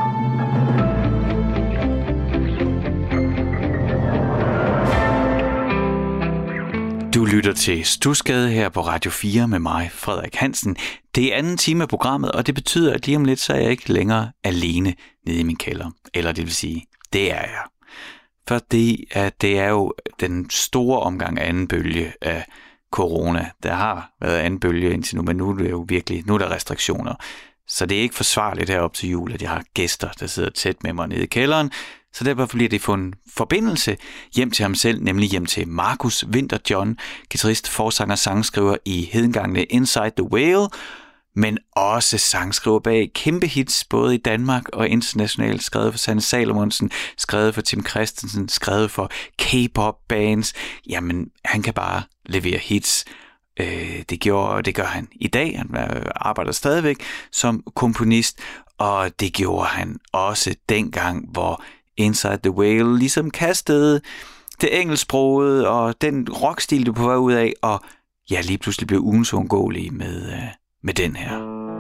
Du lytter til Studsgade her på Radio 4 med mig, Frederik Hansen. Det er anden time af programmet, og det betyder, at lige om lidt, så er jeg ikke længere alene nede i min kælder. Eller det vil sige, det er jeg. Fordi at det er jo den store omgang af anden bølge af corona. Der har været anden bølge indtil nu, men nu er det jo virkelig, nu er der restriktioner. Så det er ikke forsvarligt herop til jul, at jeg har gæster, der sidder tæt med mig nede i kælderen. Så derfor bliver det få en forbindelse hjem til ham selv, nemlig hjem til Marcus Winter-John, guitarist, forsanger, sangskriver i hedengangne Inside the Whale, men også sangskriver bag kæmpe hits, både i Danmark og internationalt, skrevet for Sanne Salomonsen, skrevet for Tim Christensen, skrevet for K-pop bands. Jamen, han kan bare levere hits. Det gør han i dag. Han arbejder stadigvæk som komponist, og det gjorde han også dengang, hvor Inside the Whale ligesom kastede det engelsksprogede og den rockstil, du på vej ud af, og ja, lige pludselig blev ugens uundgåelige med den her.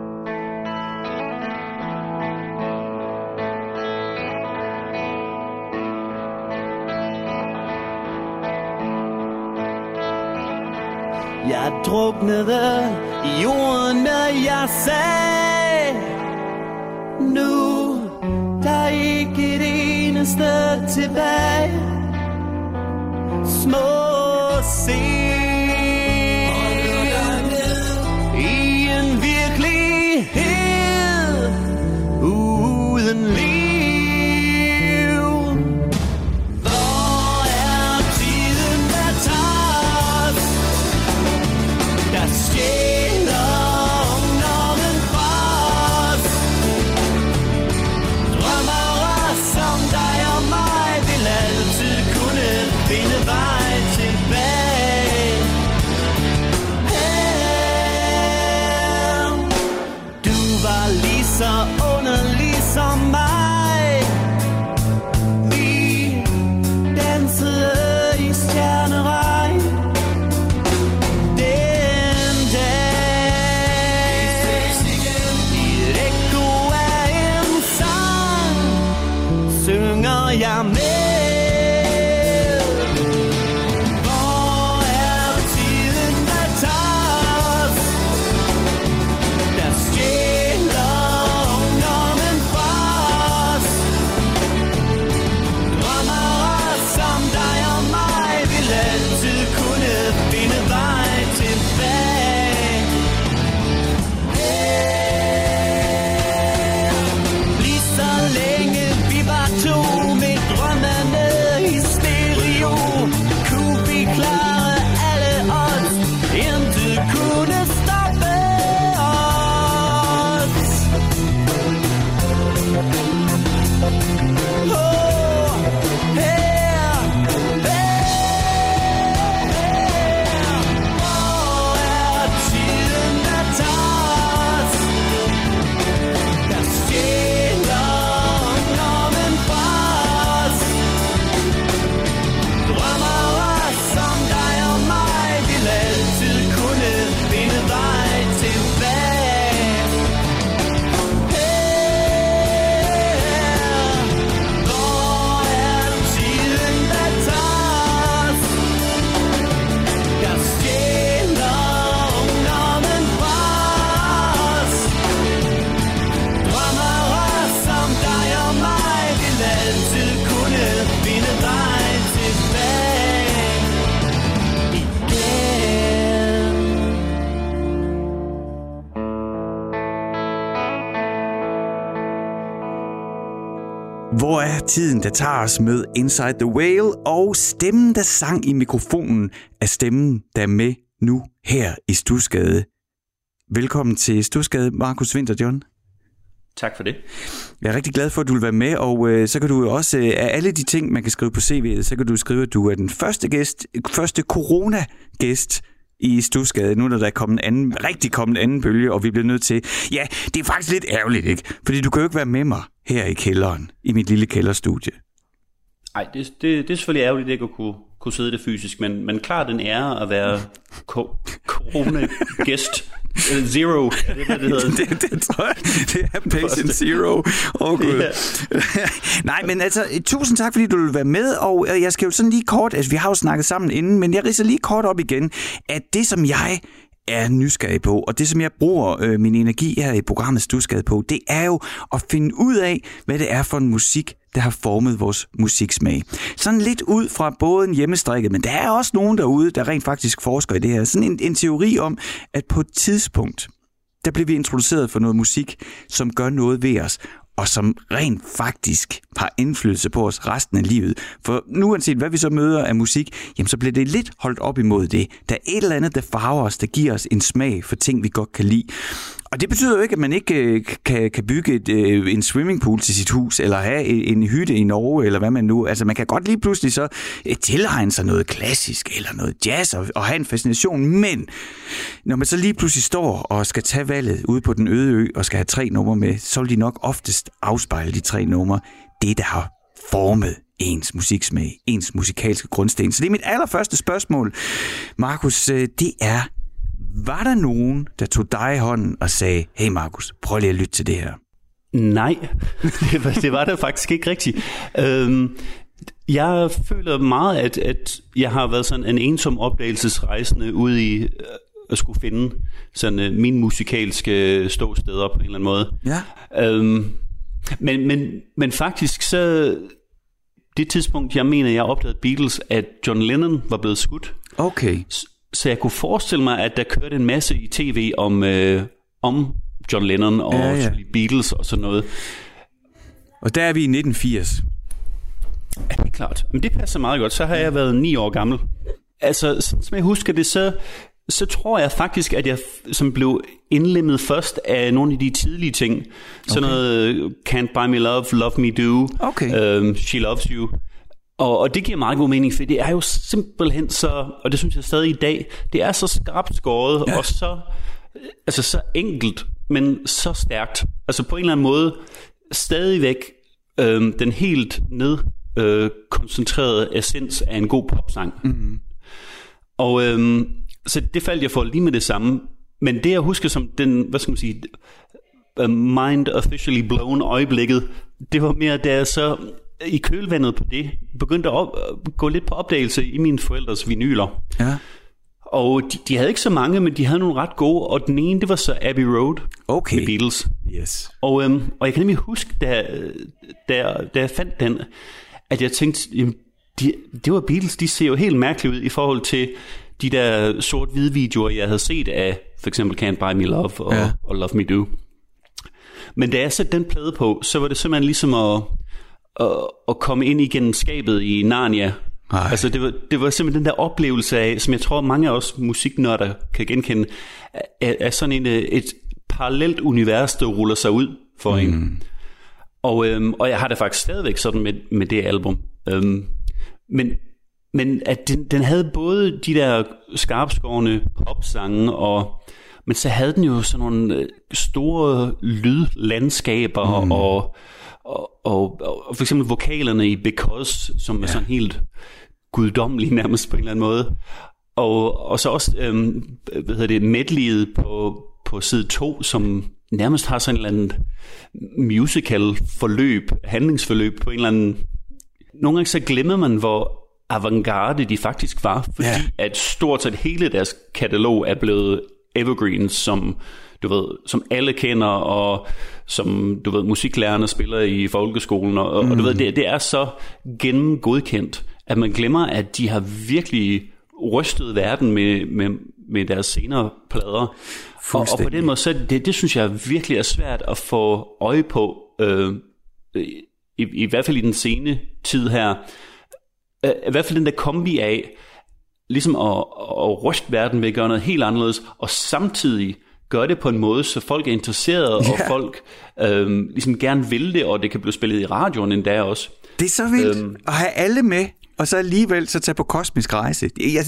Jeg druknede i jorden, når jeg sagde, nu der er ikke et eneste tilbage. Små scene i en virkelighed uden liv. Hvor er tiden, der tager os, der stjæler ungdommen fra os? Drømmere som dig og mig vil altid kunne finde vej tilbage. Du var lige så underlig som mig. Vi dansede i stjerneregn den dag. I et ekko af en sang synger jeg med. Hvor er tiden, der tager os, der stjæler ungdommen fra os? Drømmere som dig og mig vil altid kunne finde vej tilbage. Lige så længe vi var to med drømmene i stereo, kunne vi klare alle odds. Intet kunne stoppe os. Hvor er tiden, der tager os, der stjæler ungdommen fra os? Drømmere som dig og mig vil altid kunne finde vej tilbage. Hvor er tiden, der tager os, der stjæler ungdommen fra os? Drømmere som dig og mig vil altid kunne finde vej tilbage igen. Hvor er tiden, der tager os med Inside the Whale, og stemmen, der sang i mikrofonen, er stemmen, der er med nu her i Studsgade. Velkommen til Studsgade, Marcus Winter-John. Tak for det. Jeg er rigtig glad for, at du vil være med, og så kan du også, af alle de ting, man kan skrive på CV'et, så kan du skrive, at du er den første corona-gæst i Studsgade, nu når der er kommet en anden bølge, og vi bliver nødt til, ja, det er faktisk lidt ærgerligt, ikke? Fordi du kan jo ikke være med mig her i kælderen, i mit lille kælderstudie. Nej, det er selvfølgelig ærgerligt ikke at kunne kunne sidde det fysisk, men klart en ære at være corona-gæst. Zero, det er det hedder. det tror jeg, det er patient zero. Gud. Nej, men altså, tusind tak, fordi du vil være med, og jeg skal jo sådan lige kort, altså vi har jo snakket sammen inden, men jeg ridser lige kort op igen, at det som jeg er nysgerrig på, og det som jeg bruger min energi her i programmet Stuskade på, det er jo at finde ud af, hvad det er for en musik, der har formet vores musiksmag. Sådan lidt ud fra både en hjemmestrikket, men der er også nogen derude, der rent faktisk forsker i det her. Sådan en teori om, at på et tidspunkt, der bliver vi introduceret for noget musik, som gør noget ved os, og som rent faktisk har indflydelse på os resten af livet. For nu uanset hvad vi så møder af musik, jamen så bliver det lidt holdt op imod det. Der er et eller andet, der farver os, der giver os en smag for ting, vi godt kan lide. Og det betyder jo ikke, at man ikke kan bygge en swimmingpool til sit hus, eller have en hytte i Norge, eller hvad man nu... Altså, man kan godt lige pludselig så tilegne sig noget klassisk, eller noget jazz, og have en fascination. Men når man så lige pludselig står og skal tage valget ude på den øde ø, og skal have 3 numre med, så vil de nok oftest afspejle de 3 numre. Det, der har formet ens musiksmag, ens musikalske grundsten. Så det er mit allerførste spørgsmål, Markus, det er... Var der nogen, der tog dig i hånden og sagde, hey Markus, prøv lige at lytte til det her? Nej, det var der faktisk ikke rigtigt. Jeg føler meget, at jeg har været sådan en ensom opdagelsesrejsende ude i at skulle finde sådan min musikalske ståsteder på en eller anden måde. Ja. Men faktisk så, det tidspunkt, jeg mener, jeg opdagede Beatles, at John Lennon var blevet skudt. Okay. Så jeg kunne forestille mig, at der kørte en masse i tv om John Lennon og Beatles og sådan noget. Og der er vi i 1980. Ja, det er klart. Men det passer meget godt. Så har jeg været 9 år gammel. Altså, som jeg husker det, så tror jeg faktisk, at jeg som blev indlemmet først af nogle af de tidlige ting. Sådan noget Can't Buy Me Love, Love Me Do, She Loves You. Og det giver meget god mening, for det er jo simpelthen så, og det synes jeg stadig i dag, det er så skarpt skåret, og så enkelt, men så stærkt. Altså på en eller anden måde, stadigvæk den helt koncentrerede essens af en god popsang. Mm-hmm. Og så det faldt jeg for lige med det samme. Men det jeg husker som den, hvad skal man sige, mind officially blown øjeblikket, det var mere, da jeg så i kølvandet på det begyndte at gå lidt på opdagelse i mine forældres vinyler. Ja. Og de havde ikke så mange, men de havde nogle ret gode, og den ene, det var så Abbey Road med Beatles. Yes. Og jeg kan nemlig huske, da jeg fandt den, at jeg tænkte, jamen, det var Beatles, de ser jo helt mærkeligt ud i forhold til de der sort-hvide videoer, jeg havde set af for eksempel Can't Buy Me Love og Love Me Do. Men da jeg satte den plade på, så var det simpelthen ligesom at komme ind igennem skabet i Narnia. Ej. Altså det var simpelthen den der oplevelse af, som jeg tror mange af os musiknørder kan genkende, af sådan et parallelt univers, der ruller sig ud for en. Og jeg har det faktisk stadigvæk sådan med det album. Men at den havde både de der skarpskårne popsange, men så havde den jo sådan nogle store lydlandskaber og for eksempel vokalerne i Because, som er sådan helt guddommelig nærmest på en eller anden måde. Og så også medleyet på side 2, som nærmest har sådan en eller anden musical forløb, handlingsforløb på en eller anden... Nogle gange så glemmer man, hvor avantgarde de faktisk var, fordi at stort set hele deres katalog er blevet evergreens, som alle kender, og som musiklærerne spiller i folkeskolen, og du ved, det er så gennemgodkendt, at man glemmer, at de har virkelig rystet verden med deres senere plader. Og på den måde, så det synes jeg virkelig er svært at få øje på, i hvert fald i den sene tid her. I hvert fald den der kombi af ligesom at ryste verden ved at gøre noget helt anderledes, og samtidig gøre det på en måde, så folk er interesserede, og folk ligesom gerne vil det, og det kan blive spillet i radioen endda også. Det er så vildt at have alle med og så alligevel så tage på kosmisk rejse.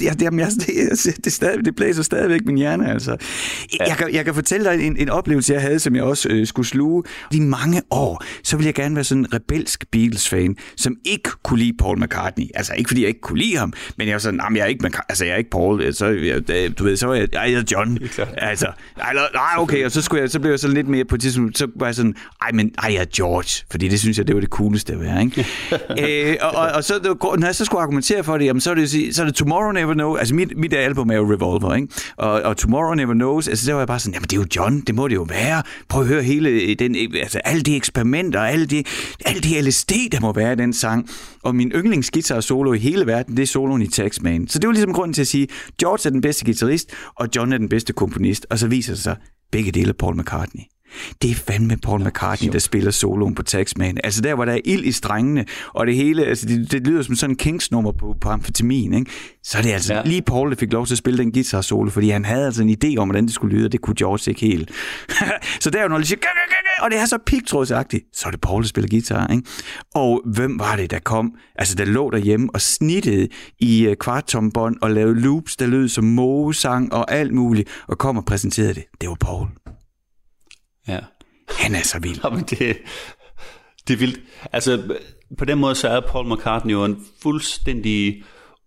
Det blæser stadigvæk min hjerne, altså. Jeg kan fortælle dig en oplevelse, jeg havde, som jeg også skulle sluge. I mange år, så ville jeg gerne være sådan en rebelsk Beatles-fan, som ikke kunne lide Paul McCartney. Altså ikke fordi jeg ikke kunne lide ham, men jeg var sådan, jeg er ikke Paul. Så var jeg John. Altså, okay, og så blev jeg sådan lidt mere på tidspunkt, så var jeg sådan, jeg er George, fordi det synes jeg, det var det cooleste at være, ikke? Og så, når jeg så skulle argumentere for det, jamen, så er det Tomorrow Never Knows, altså mit album er jo Revolver, ikke? Og Tomorrow Never Knows, altså der var jeg bare sådan, jamen det er jo John, det må det jo være. Prøv at høre hele den, altså alle de eksperimenter, alle de LSD, der må være i den sang. Og min yndlingsguitar solo i hele verden, det er soloen i Taxman. Så det var ligesom grunden til at sige, George er den bedste guitarist, og John er den bedste komponist. Og så viser det sig, begge dele Paul McCartney. Det er fandme Paul McCartney, der spiller soloen på Taxman. Altså der, hvor der er ild i strengene, og det hele, altså det lyder som sådan en Kings-nummer på amfetamin, ikke? Så er det altså lige Paul, der fik lov til at spille den guitar solo, fordi han havde altså en idé om, hvordan det skulle lyde, og det kunne George ikke helt. Så der er jo noget, der siger, og det er så pigtrådsagtigt, så er det Paul, der spiller guitar, ikke? Og hvem var det, der kom? Altså der lå derhjemme og snittede i kvarttombånd og lavede loops, der lød som mågesang og alt muligt, og kom og præsenterede det. Det var Paul. Ja. Han er så vild. Jamen, det er vildt. Altså, på den måde, så er Paul McCartney jo en fuldstændig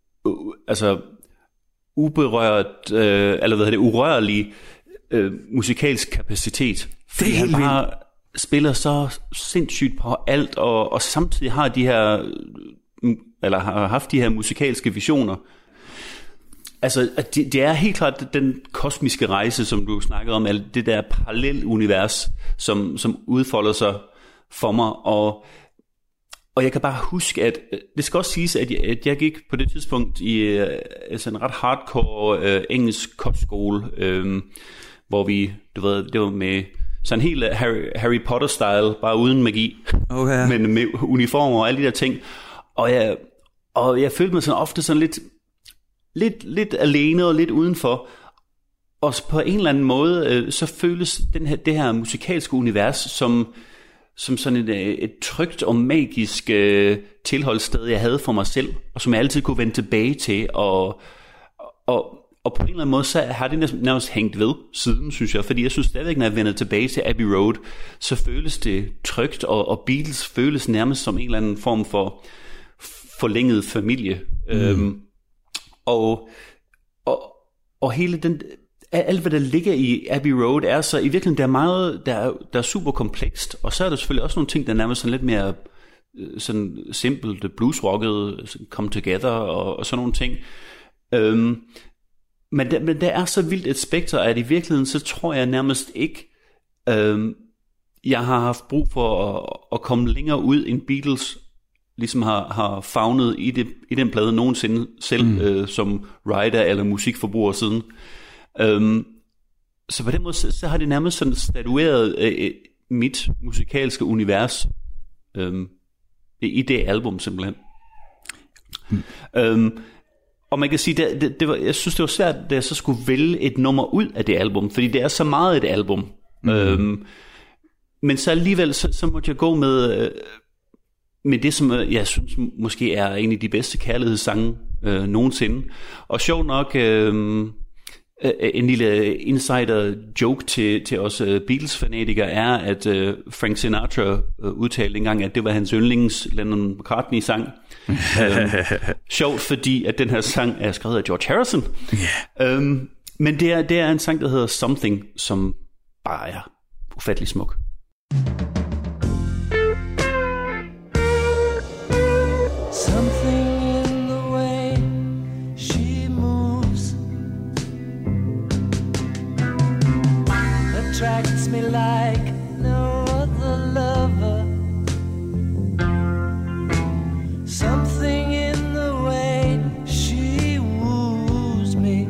uberørt, urørlig musikalsk kapacitet. Fordi han bare spiller så sindssygt på alt, og samtidig har har haft de her musikalske visioner. Altså, det er helt klart den kosmiske rejse, som du snakkede om, eller det der parallelunivers, som udfolder sig for mig, og jeg kan bare huske, at det skal også siges, at jeg gik på det tidspunkt i en ret hardcore engelsk kostskole, hvor vi, det var med sådan helt Harry Potter-style, bare uden magi, men med uniformer og alle de der ting, og jeg følte mig sådan ofte sådan lidt alene og lidt udenfor, og på en eller anden måde så føles det her musikalske univers som sådan et trygt og magisk tilholdssted, jeg havde for mig selv, og som jeg altid kunne vende tilbage til, og på en eller anden måde så har det nærmest hængt ved siden, synes jeg, fordi jeg synes stadigvæk, når jeg vender tilbage til Abbey Road, så føles det trygt, og Beatles føles nærmest som en eller anden form for forlænget familie. Og hele den, alt hvad der ligger i Abbey Road er så i virkeligheden, der er meget, der er super komplekst, og så er der selvfølgelig også nogle ting, der er nærmest sådan lidt mere sådan simpelt bluesrocket, come together og sådan nogle ting. Men der er så vildt et spekter, at i virkeligheden, så tror jeg nærmest ikke, jeg har haft brug for at komme længere ud end Beatles ligesom har favnet i den plade nogensinde selv, som writer eller musikforbruger siden. Så på den måde, så har det nærmest sådan statueret mit musikalske univers i det album simpelthen. Og man kan sige, jeg synes det var svært, da jeg så skulle vælge et nummer ud af det album, fordi det er så meget et album. Men så alligevel, så måtte jeg gå med det, som jeg synes måske er en af de bedste kærlighedssange nogensinde. Og sjovt nok, en lille insider joke til os Beatles-fanatikere er, at Frank Sinatra udtalte engang, at det var hans yndlings Lennon McCartney-sang. Sjovt, fordi at den her sang er skrevet af George Harrison. Men det er en sang, der hedder Something, som bare er ufattelig smuk. Attracts me like no other lover. Something in the way she woos me.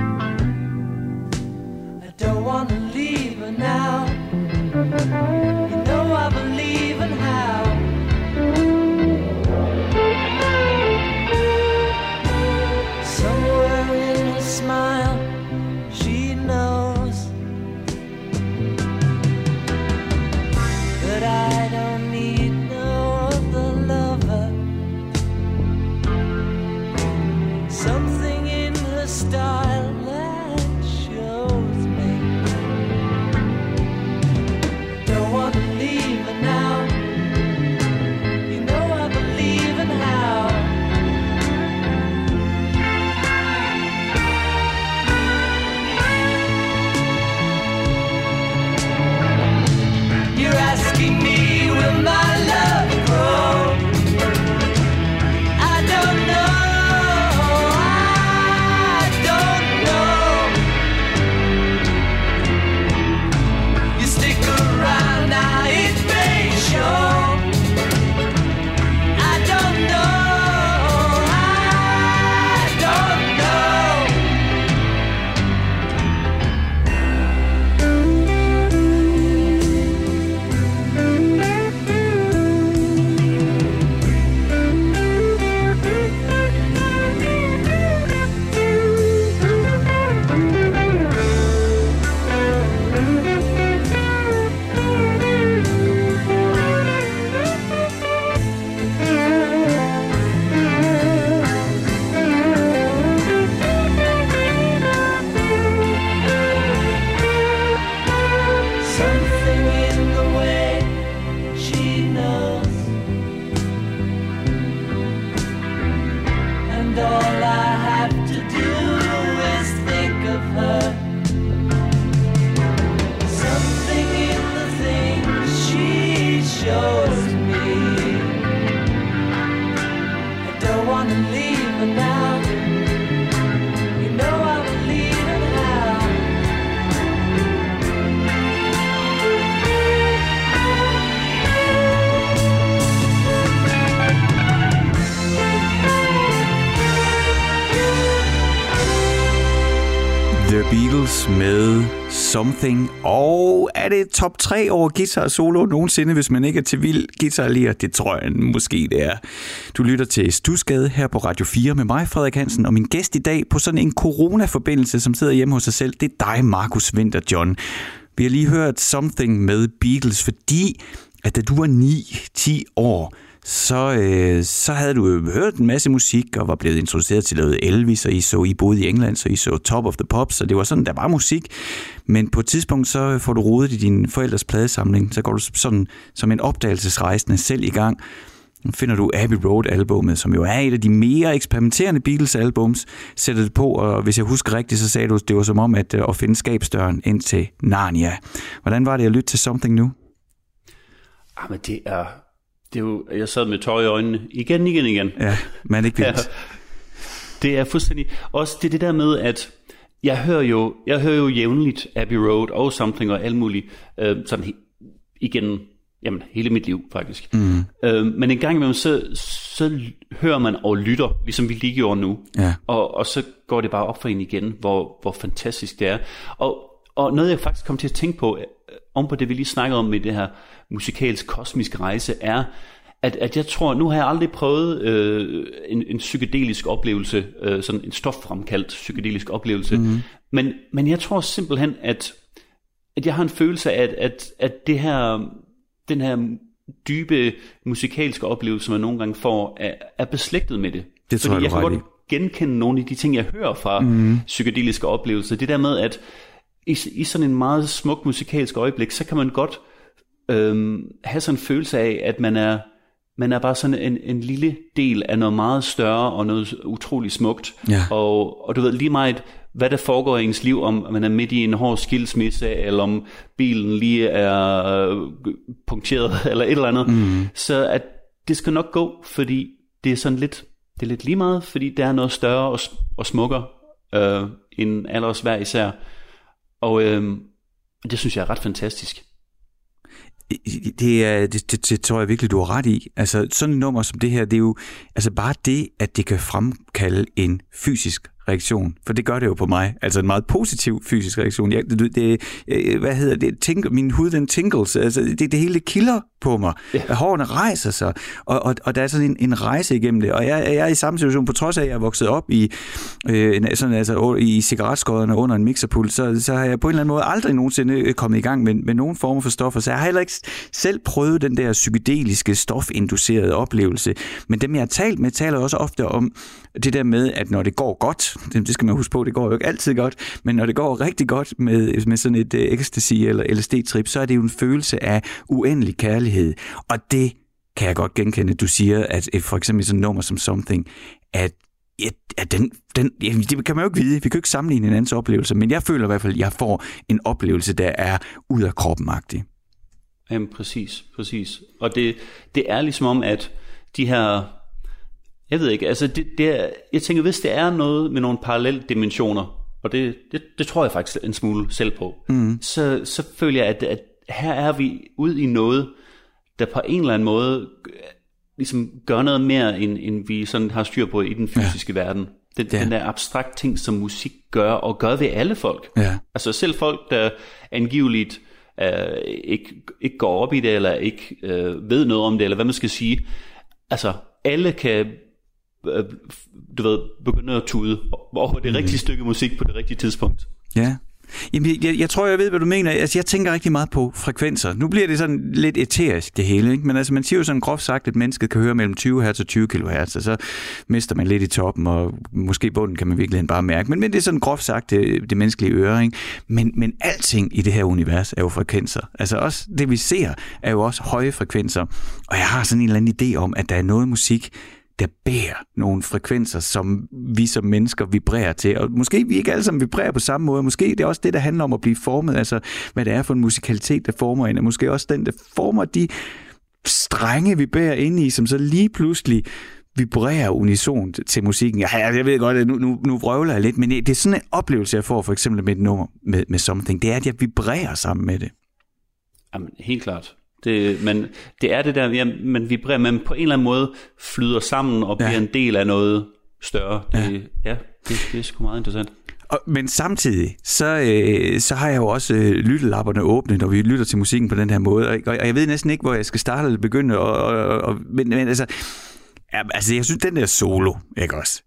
I don't want to leave her now. Beatles med Something. Og er det top 3 over guitar solo nogensinde, hvis man ikke er til vild guitarlier? Det tror jeg måske det er. Du lytter til Stusgade her på Radio 4 med mig, Frederik Hansen, og min gæst i dag på sådan en corona-forbindelse, som sidder hjemme hos sig selv, det er dig, Markus Winther John. Vi har lige hørt Something med Beatles, fordi at da du var 9-10 år, så havde du hørt en masse musik og var blevet introduceret til noget Elvis, og I boede i England, så I så Top of the Pops, så det var sådan, der var musik. Men på et tidspunkt, så får du rodet i din forældres pladesamling, så går du sådan som en opdagelsesrejsende selv i gang. Nu finder du Abbey Road-albummet, som jo er et af de mere eksperimenterende Beatles-albums, sætter det på, og hvis jeg husker rigtigt, så sagde du, det var som om at finde skabsdøren ind til Narnia. Hvordan var det at lytte til Something nu? Men det er jo, jeg sad med tårer i øjnene igen. Ja, men ikke vildt. Ja, det er fuldstændig. Også det der med, at jeg hører jo jævnligt Abbey Road og Something og alt muligt, sådan igen, jamen hele mit liv faktisk. Men en gang imellem, så hører man og lytter, ligesom vi lige gjorde nu. Ja. Og så går det bare op for en igen, hvor fantastisk det er. Og noget jeg faktisk kom til at tænke på, om på det vi lige snakkede om med det her musikalsk kosmisk rejse, er, at jeg tror, nu har jeg aldrig prøvet en psykedelisk oplevelse, sådan en stoffremkaldt psykedelisk oplevelse, men jeg tror simpelthen, at jeg har en følelse af, at den her dybe musikalske oplevelse, man nogle gange får, er beslægtet med det. Det tror jeg kan godt genkende nogle af de ting, jeg hører fra psykedeliske oplevelser. Det der med, at i sådan en meget smuk musikalsk øjeblik, så kan man godt have sådan en følelse af, at man er bare sådan en lille del af noget meget større og noget utroligt smukt. Ja. Og du ved lige meget, hvad der foregår i ens liv, om man er midt i en hård skilsmisse, eller om bilen lige er punkteret, eller et eller andet. Så at det skal nok gå, fordi det er sådan lidt, det er lidt lige meget, fordi det er noget større og smukkere end alle os hver især. Og det synes jeg er ret fantastisk. Det tror jeg virkelig, du har ret i. Altså sådan et nummer som det her, det er jo altså bare det, at det kan fremkalde en fysisk reaktion, for det gør det jo på mig, altså en meget positiv fysisk reaktion. Min hud den tingles, altså det hele kilder på mig. Hårene rejser sig, og der er sådan en rejse igennem det, og jeg er i samme situation, på trods af at jeg er vokset op i i cigaretskodderne under en mixerpult, så har jeg på en eller anden måde aldrig nogensinde kommet i gang med nogen former for stoffer, så jeg har heller ikke selv prøvet den der psykedeliske stofinducerede oplevelse, men dem jeg har talt med, taler også ofte om det der med, at når det går godt, det skal man huske på, det går jo ikke altid godt, men når det går rigtig godt med sådan et ecstasy eller LSD-trip, så er det jo en følelse af uendelig kærlighed. Og det kan jeg godt genkende, du siger, at for eksempel sådan et nummer som Something, at den, det kan man jo ikke vide, vi kan jo ikke sammenligne hinandens oplevelse, men jeg føler i hvert fald, at jeg får en oplevelse, der er ud af kroppen-agtig. Jamen præcis. Og det er ligesom om, at de her, jeg ved ikke, altså jeg tænker, hvis det er noget med nogle parallelle dimensioner, og det tror jeg faktisk en smule selv på, så føler jeg, at her er vi ude i noget, der på en eller anden måde ligesom gør noget mere, end vi sådan har styr på i den fysiske verden. Den der abstrakt ting, som musik gør, og gør ved alle folk. Ja. Altså selv folk, der angiveligt ikke går op i det, eller ikke ved noget om det, eller hvad man skal sige. Altså alle kan begynde at tude over det rigtige stykke musik på det rigtige tidspunkt. Ja. Jamen, jeg tror, jeg ved, hvad du mener. Altså, jeg tænker rigtig meget på frekvenser. Nu bliver det sådan lidt æterisk, det hele, ikke? Men altså, man siger jo sådan groft sagt, at mennesket kan høre mellem 20 Hz og 20 kHz, og så mister man lidt i toppen, og måske bunden kan man virkelig bare mærke. Men det er sådan groft sagt det menneskelige øre, ikke? Men alting i det her univers er jo frekvenser. Altså også det, vi ser, er jo også høje frekvenser. Og jeg har sådan en eller anden idé om, at der er noget musik, der bærer nogle frekvenser, som vi som mennesker vibrerer til. Og måske vi ikke alle sammen vibrerer på samme måde. Måske det er også det, der handler om at blive formet. Altså, hvad det er for en musikalitet, der former en. Og måske også den, der former de strenge, vi bærer ind i, som så lige pludselig vibrerer unison til musikken. Jeg ved godt, at nu vrøvler jeg lidt, men det er sådan en oplevelse, jeg får for eksempel med et nummer med Something. Det er, at jeg vibrerer sammen med det. Jamen, helt klart. Men det er det der, man vibrerer, man på en eller anden måde flyder sammen og bliver en del af noget større. Det er sgu meget interessant. Men samtidig, så har jeg jo også lyttelapperne åbne, når vi lytter til musikken på den her måde. Og jeg ved næsten ikke, hvor jeg skal starte eller begynde. Men altså, jeg synes, den der solo, ikke også?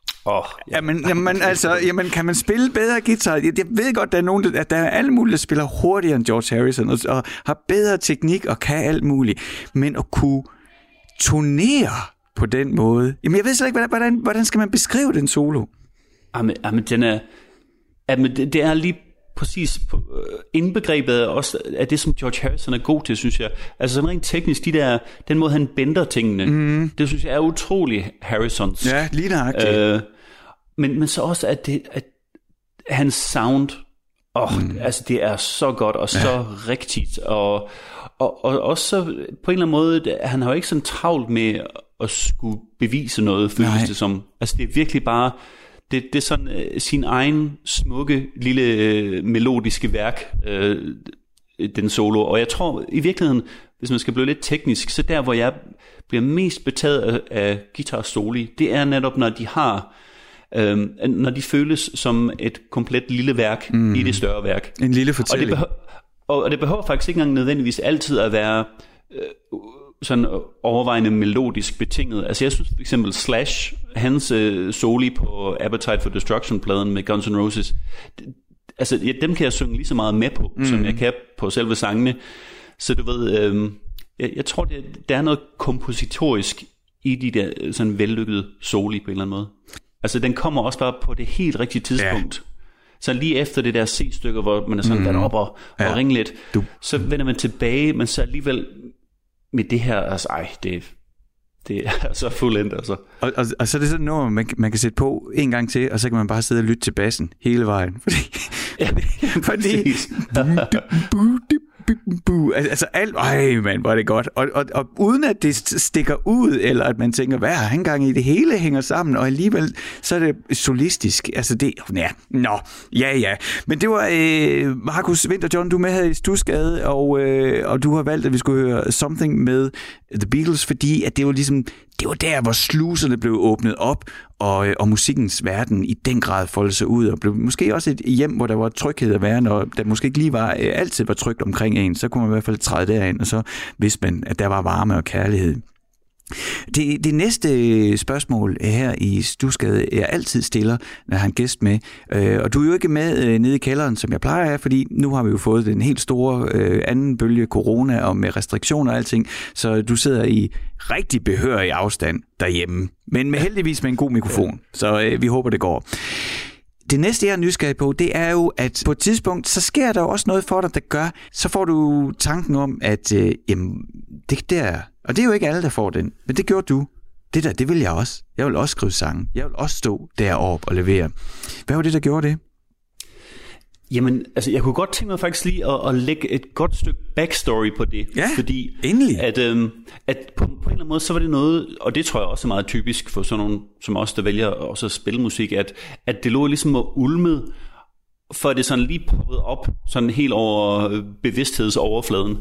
Jamen, kan man spille bedre guitar? Jeg ved godt, at der er alle mulige, der spiller hurtigere end George Harrison, og har bedre teknik og kan alt muligt. Men at kunne turnere på den måde... Jamen, jeg ved slet ikke, hvordan skal man beskrive den solo? Jamen, det er lige præcis indbegrebet også af det, som George Harrison er god til, synes jeg. Altså sådan rent teknisk, den måde, han bender tingene, det synes jeg er utrolig Harrisons. Ja, lige nøjagtigt. Men så også, at hans sound, altså det er så godt og så rigtigt, og også på en eller anden måde, han har jo ikke sådan travlt med at skulle bevise noget, føles det som. Altså det er virkelig bare, det er sådan sin egen smukke lille melodiske værk, den solo. Og jeg tror i virkeligheden, hvis man skal blive lidt teknisk, så der hvor jeg bliver mest betaget af guitar soli, det er netop når de har når de føles som et komplet lille værk i det større værk. En lille fortælling. Og det behøver faktisk ikke engang nødvendigvis altid at være sådan overvejende melodisk betinget. Altså jeg synes for eksempel Slash, hans soli på Appetite for Destruction-pladen med Guns N' Roses, altså dem kan jeg synge lige så meget med på, som jeg kan på selve sangene. Så du ved, jeg tror der er noget kompositorisk i de der sådan vellykkede soli på en eller anden måde. Altså den kommer også bare på det helt rigtige tidspunkt. Ja. Så lige efter det der C-stykke, hvor man er sådan været op og ringe lidt, så vender man tilbage, men så alligevel med det her, altså det er så fuldendt, altså. Og så er det sådan noget, man kan sætte på en gang til, og så kan man bare sidde og lytte til bassen hele vejen. Fordi altså alt, mand, hvor er det godt. Og uden at det stikker ud, eller at man tænker, hvad har han gang i, det hele hænger sammen, og alligevel så er det solistisk. Altså det, ja. Men det var Markus Winther John, du er med her i Studsgade, og du har valgt, at vi skulle høre Something med The Beatles, fordi at det var ligesom, det var der, hvor sluserne blev åbnet op, og musikkens verden i den grad foldede sig ud, og blev måske også et hjem, hvor der var tryghed at være, når der måske ikke lige var, altid var trygt omkring en, så kunne man i hvert fald træde derind, og så vidste man, at der var varme og kærlighed. Det næste spørgsmål her i Studsgade, jeg altid stiller, når jeg har en gæst med, og du er jo ikke med nede i kælderen, som jeg plejer af, fordi nu har vi jo fået den helt store anden bølge corona, og med restriktioner og alting, så du sidder i rigtig behørig afstand derhjemme, men heldigvis med en god mikrofon, så vi håber, det går. Det næste, jeg er nysgerrig på, det er jo, at på et tidspunkt, så sker der også noget for dig, der gør, så får du tanken om, at det der, og det er jo ikke alle, der får den, men det gjorde du. Det vil jeg også. Jeg vil også skrive sange. Jeg vil også stå deroppe og levere. Hvad var det, der gjorde det? Jamen, altså, jeg kunne godt tænke mig faktisk lige at lægge et godt stykke backstory på det. Ja, fordi endelig. At på en eller anden måde, så var det noget, og det tror jeg også er meget typisk for sådan nogen, som os, der vælger også at spille musik, at det lå ligesom og ulmede, for det sådan lige poppede op, sådan helt over bevidsthedsoverfladen.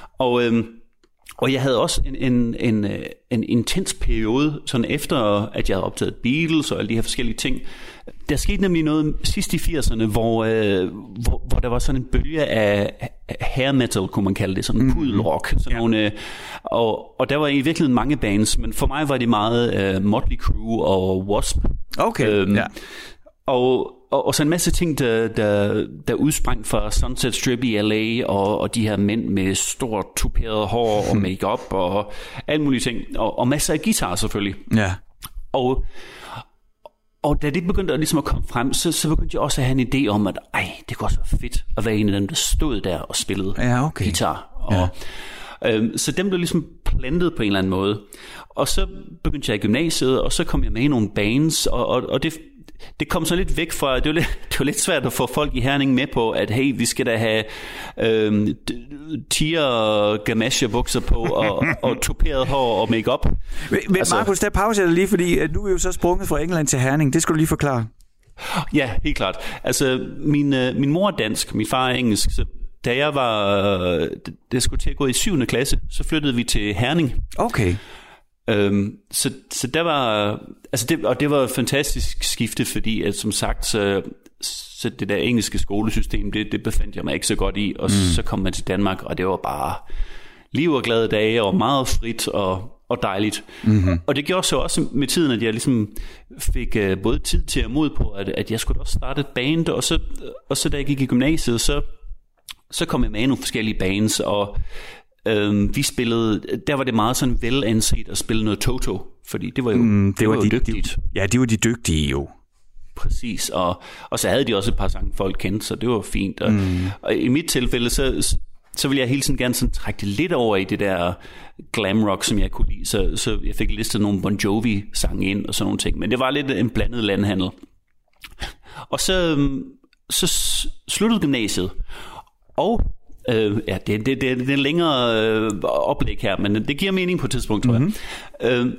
Og jeg havde også en intens periode, sådan efter at jeg havde optaget Beatles og alle de her forskellige ting. Der skete nemlig noget sidst i 80'erne, hvor der var sådan en bølge af hair metal, kunne man kalde det, sådan pudelrock. Sådan nogle, og der var i virkeligheden mange bands, men for mig var det meget Motley Crue og Wasp. Okay, ja. Og så en masse ting, der udsprang fra Sunset Strip i LA, og de her mænd med stort tuperet hår og makeup og alle mulige ting, og masser af guitar selvfølgelig. Ja. Og da det begyndte ligesom at komme frem, så begyndte jeg også at have en idé om, at det kunne også være fedt at være en af dem, der stod der og spillede guitar. Så dem blev ligesom plantet på en eller anden måde. Og så begyndte jeg i gymnasiet, og så kom jeg med i nogle bands, og det kom så lidt væk fra, det var lidt svært at få folk i Herning med på, at hey, vi skal da have tiger gamasje bukser på, og tuperet hår og makeup. Men altså, Markus, der pauser jeg lige, fordi at nu er jo så sprunget fra England til Herning. Det skal du lige forklare. Ja, helt klart. Altså, min mor er dansk, min far er engelsk, så da jeg skulle til at gå i 7. klasse, så flyttede vi til Herning. Okay. Så der var, altså det var et fantastisk skifte, fordi at, som sagt, så det der engelske skolesystem, det befandt jeg mig ikke så godt i, og så kom man til Danmark, og det var bare liv og glade dage, og meget frit og dejligt. Mm-hmm. Og det gjorde så også med tiden, at jeg ligesom fik både tid til at mod på, at jeg skulle også starte et band, og så da jeg gik i gymnasiet, så kom jeg med i nogle forskellige bands, og vi spillede, der var det meget sådan velanset at spille noget Toto, fordi det var jo, det var jo dygtigt. De var de dygtige jo. Præcis, og så havde de også et par sange, folk kendte, så det var fint. Og i mit tilfælde, så ville jeg hele tiden gerne sådan trække det lidt over i det der glam rock, som jeg kunne lide. Så jeg fik listet nogle Bon Jovi-sange ind og sådan nogle ting. Men det var lidt en blandet landhandel. Og så sluttede gymnasiet. Og det er en længere oplæg her, men det giver mening på et tidspunkt, tror jeg.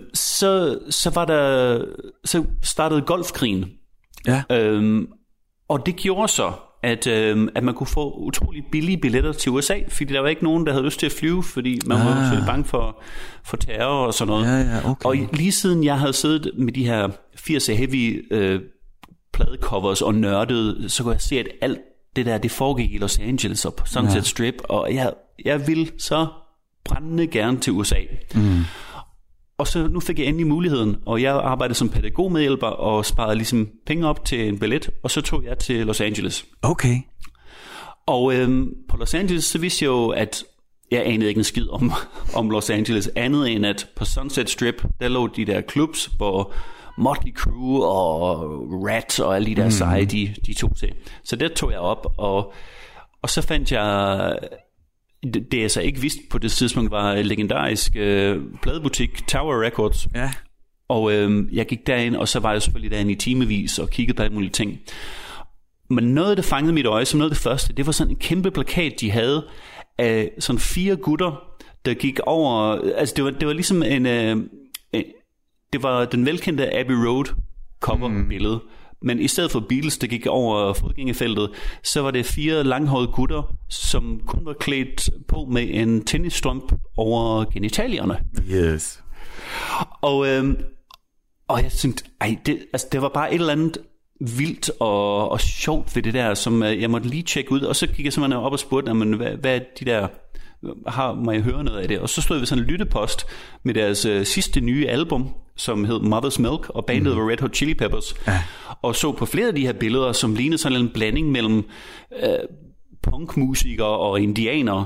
Så startede golfkrigen. Ja. Og det gjorde så, at man kunne få utrolig billige billetter til USA, fordi der var ikke nogen, der havde lyst til at flyve, fordi man var selvfølgelig bange for terror og sådan noget. Ja, okay. Og lige siden jeg havde siddet med de her 80'er heavy pladecovers og nørdede, så kunne jeg se, at alt det der, det foregik i Los Angeles og på Sunset Strip, og jeg ville så brændende gerne til USA. Og så nu fik jeg endelig muligheden, og jeg arbejdede som pædagogmedhjælper og sparede ligesom penge op til en billet, og så tog jeg til Los Angeles. Okay. Og på Los Angeles, så vidste jeg jo, at jeg anede ikke en skid om Los Angeles, andet end at på Sunset Strip, der lå de der clubs, hvor Motley Crue og Rat og alle de der seje, de tog til. Så der tog jeg op, og så fandt jeg, det jeg så ikke vidste på det tidspunkt, var en legendarisk pladebutik, Tower Records. Ja. Og jeg gik derind, og så var jeg selvfølgelig derinde i timevis og kiggede på alle mulige ting. Men noget, der fangede mit øje som noget af det første, det var sådan en kæmpe plakat, de havde af sådan 4 gutter, der gik over, altså det var ligesom det var den velkendte Abbey Road coverbillede, men i stedet for Beatles, der gik over fodgængerfeltet, så var det 4 langhårede gutter, som kun var klædt på med en tennisstrømpe over genitalierne. Yes. Og jeg tænkte, det var bare et eller andet vildt og sjovt ved det der, som jeg måtte lige tjekke ud, og så gik jeg simpelthen op og spurgte, hvad er de der, må jeg høre noget af det? Og så stod vi sådan en lyttepost med deres sidste nye album, som hed Mother's Milk, og bandet var Red Hot Chili Peppers, og så på flere af de her billeder, som lignede sådan en blanding mellem punkmusikere og indianere,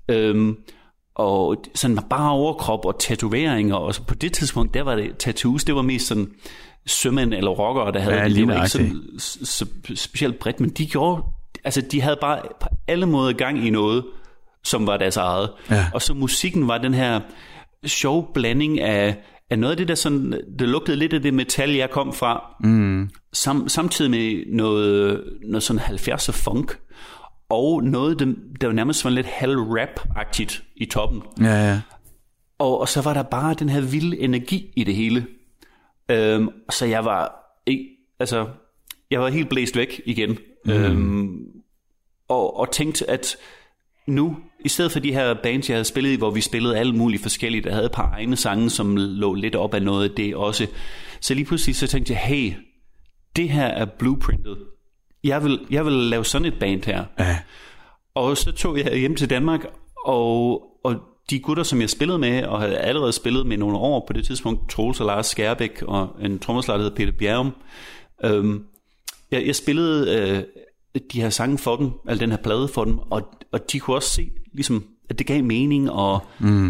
og sådan bare overkrop og tatoveringer, og på det tidspunkt, der var det tattoos, det var mest sådan sømænd eller rockere, der havde det. Det var ikke så specielt bredt, men de havde bare på alle måder gang i noget, som var deres eget. Ja. Og så musikken var den her sjove blanding af noget af det der sådan, det lugtede lidt af det metal, jeg kom fra, samtidig med noget sådan 70'er funk, og noget, der var nærmest sådan lidt halv-rap-agtigt i toppen. Ja. Og så var der bare den her vilde energi i det hele. Så jeg var helt blæst væk igen. Og tænkte, at nu, i stedet for de her bands, jeg havde spillet i, hvor vi spillede alle mulige forskellige, der havde et par egne sange, som lå lidt op af noget af det også. Så lige pludselig så tænkte jeg, hey, det her er blueprintet. Jeg vil lave sådan et band her. Ja. Og så tog jeg hjem til Danmark, og de gutter, som jeg spillede med, og havde allerede spillet med nogle år på det tidspunkt, Troels og Lars Skærbæk, og en trommeslager, der hed Peter Bjerrum. Jeg spillede de her sange for dem, altså den her plade for dem, og de kunne også se, ligesom, at det gav mening, og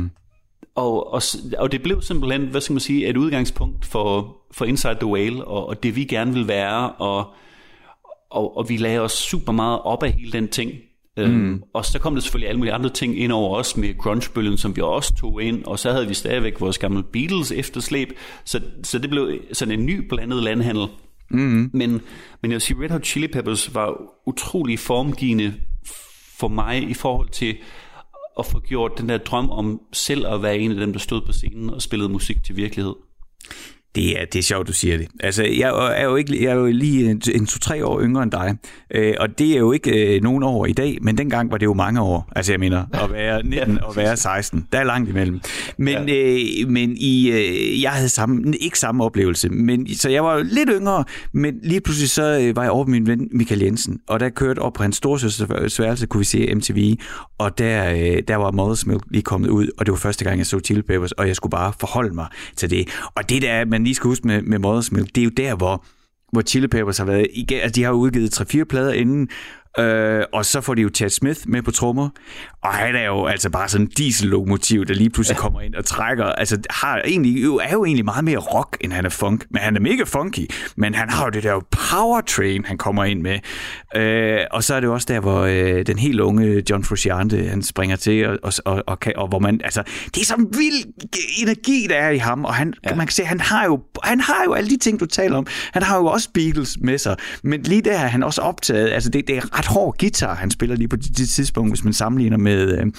det blev simpelthen, hvad skal man sige, et udgangspunkt for Inside the Whale, og det vi gerne vil være, og vi lagde os super meget op af hele den ting. Og så kom der selvfølgelig alle mulige andre ting ind over os med grungebølgen, som vi også tog ind, og så havde vi stadigvæk vores gamle Beatles efterslæb, så det blev sådan en ny blandet landhandel. Men jeg vil sige, Red Hot Chili Peppers var utrolig formgivende for mig i forhold til at få gjort den der drøm om selv at være en af dem, der stod på scenen og spillede musik til virkelighed. Det er sjovt, du siger det. Altså, jeg er jo lige en 2-3 år yngre end dig, og det er jo ikke nogen år i dag, men dengang var det jo mange år. Altså, jeg mener, at være 19 og være 16. Der er langt imellem. Men, jeg havde ikke samme oplevelse, så jeg var jo lidt yngre, men lige pludselig så var jeg over med min ven Michael Jensen, og der kørte op på hans storesøsters værelse, kunne vi se MTV, og der var Mother's Milk lige kommet ud, og det var første gang, jeg så Chili Peppers, og jeg skulle bare forholde mig til det. Og det der, man lige skal huske med Mother's Milk, det er jo der, hvor Chili Peppers har været, altså de har jo udgivet 3-4 plader inden, og så får de jo Chad Smith med på trommer, og han er jo altså bare sådan en diesellokomotiv, der lige pludselig kommer ind og trækker, altså er jo egentlig meget mere rock, end han er funk, men han er mega funky, men han har jo det der powertrain, han kommer ind med, og så er det også der, hvor den helt unge John Frusciante, han springer til, og hvor man, altså, det er sådan en vild energi, der er i ham, og man kan se, han har jo alle de ting, du taler om, han har jo også Beatles med sig, men lige der er han også optaget, altså det er ret hård guitar, han spiller lige på det tidspunkt, hvis man sammenligner med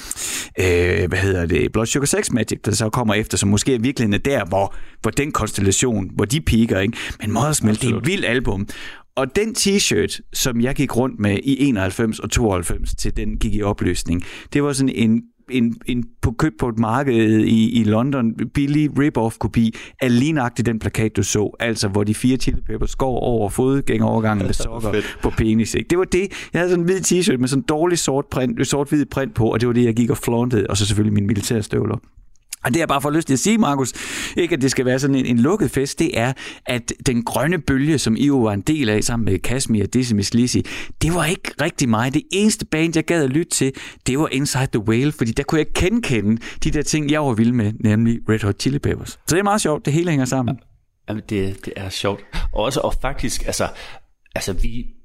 Blood Sugar Sex Magic, der så kommer efter, som måske er virkelig der, hvor den konstellation, hvor de piker, ikke? Men Mother's Milk, det er et vildt album. Og den t-shirt, som jeg gik rundt med i 91 og 92, til den gik i opløsning, det var sådan en køb på et marked i London, billig rip-off-kopi af lignagtigt den plakat, du så, altså hvor de 4 Chili Peppers går over fodgængerovergangen med sokker på penis. Ikke? Det var det. Jeg havde sådan en hvid t-shirt med sådan en dårlig sort-hvid print på, og det var det, jeg gik og flauntede, og så selvfølgelig mine militærstøvler. Og det er bare for lyst til at sige, Markus, ikke at det skal være sådan en lukket fest, det er, at den grønne bølge, som I jo var en del af sammen med Kashmir og Dizzy Miss Lizzy, det var ikke rigtig mig. Det eneste band, jeg gad at lytte til, det var Inside the Whale, fordi der kunne jeg genkende de der ting, jeg var vild med, nemlig Red Hot Chili Peppers. Så det er meget sjovt, det hele hænger sammen. Jamen, det er sjovt. Og faktisk, altså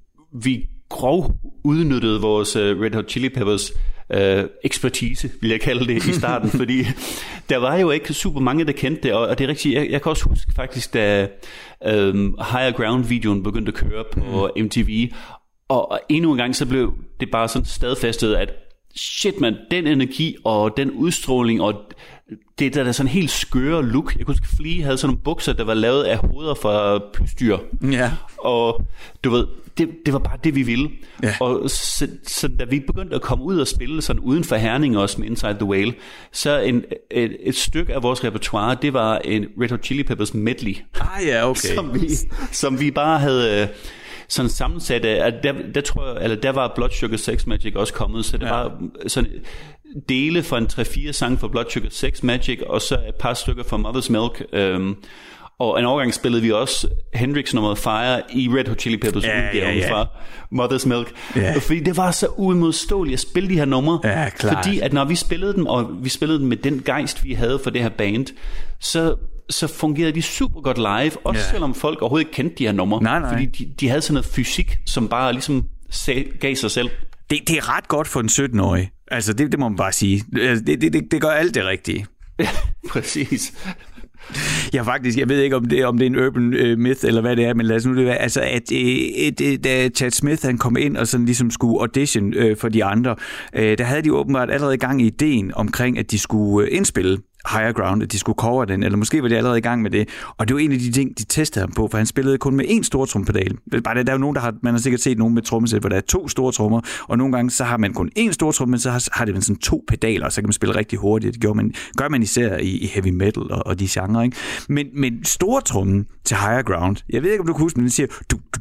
vi grov udnyttede vores Red Hot Chili Peppers ekspertise, vil jeg kalde det, i starten, fordi der var jo ikke super mange, der kendte det, og det er rigtigt, jeg kan også huske faktisk, da Higher Ground-videoen begyndte at køre på MTV, og endnu en gang så blev det bare sådan stadfæstet, at shit man, den energi og den udstråling og det der sådan helt skøre look. Jeg kunne huske, Flea havde sådan nogle bukser, der var lavet af hoveder fra pysdyr. Ja. Og du ved, det var bare det, vi ville. Ja. Og så da vi begyndte at komme ud og spille sådan uden for Herning også med Inside the Whale, så et stykke af vores repertoire, det var en Red Hot Chili Peppers medley. Ja, okay. Som vi bare havde sådan sammensat af, der tror jeg, eller der var Blood Sugar Sex Magic også kommet, så det var sådan dele fra en 3-4 sang fra Blood Sugar Sex Magic, og så et par stykker fra Mother's Milk, og en overgang spillede vi også Hendrix-nummeret Fire i Red Hot Chili Peppers udgaven fra Mother's Milk, fordi det var så uimodståeligt at spille de her numre, fordi at når vi spillede dem, og vi spillede dem med den gejst vi havde for det her band, så fungerede de super godt live, også selvom folk overhovedet ikke kendte de her numre, nej. Fordi de havde sådan noget fysik, som bare ligesom gav sig selv. Det er ret godt for en 17-årig. Altså, det må man bare sige. Det gør alt det rigtige. Ja, præcis. Ja, faktisk, jeg ved ikke, om det er en urban myth, eller hvad det er, men lad os nu det være. Altså, da Chad Smith, han kom ind og sådan ligesom skulle audition for de andre, der havde de åbenbart allerede i gang i ideen omkring, at de skulle indspille Higher Ground, at de skulle cover den, eller måske var de allerede i gang med det, og det var en af de ting, de testede ham på, for han spillede kun med én stor trompedal. Der er jo nogen, man har sikkert set nogen med trommesæt, hvor der er 2 store trommer, og nogle gange så har man kun én stor tromme, men så har det sådan 2 pedaler, og så kan man spille rigtig hurtigt. Det gør man især i heavy metal og de genrer, ikke? Men store trommen til Higher Ground, jeg ved ikke, om du kan huske, men den siger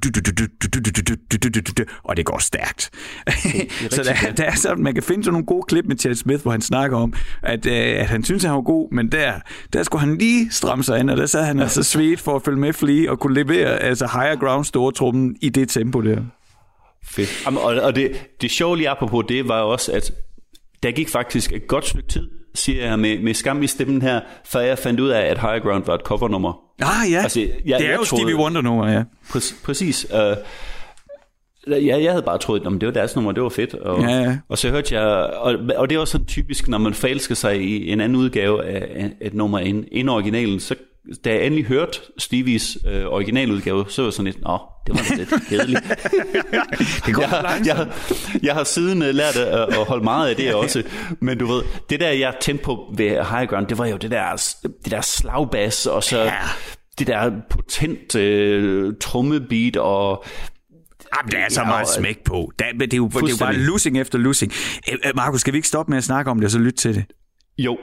og det går stærkt. Så der er sådan, man kan finde sådan nogle gode klip med Chad Smith, hvor han snakker om, at han synes, at han var god, men der skulle han lige stramme sig ind, og der sad han altså svedt for at følge med Flea og kunne levere altså Higher Ground store trummen i det tempo der. Fedt. Og det sjove lige apropos det var også, at der gik faktisk et godt stykke tid, siger jeg med skam i stemmen her, før jeg fandt ud af, at Higher Ground var et covernummer. Ja. Altså, det er jo Stevie Wonder-nummer, ja. Præcis. Jeg havde bare troet, at det var deres nummer, det var fedt. Og så hørte jeg, og det er også sådan typisk, når man forelsker sig i en anden udgave af et nummer end originalen, så da jeg endelig hørte Stevies originaludgave, så var jeg sådan lidt, det var lidt kedeligt. Jeg har siden lært at holde meget af det også, men du ved, det der jeg tændte på ved High Ground, det var jo det der slagbas, og så det der potent trommebeat og... Jamen, der er så meget smæk på. Det er jo bare lussing efter lussing. Markus, skal vi ikke stoppe med at snakke om det, og så lytte til det? Jo.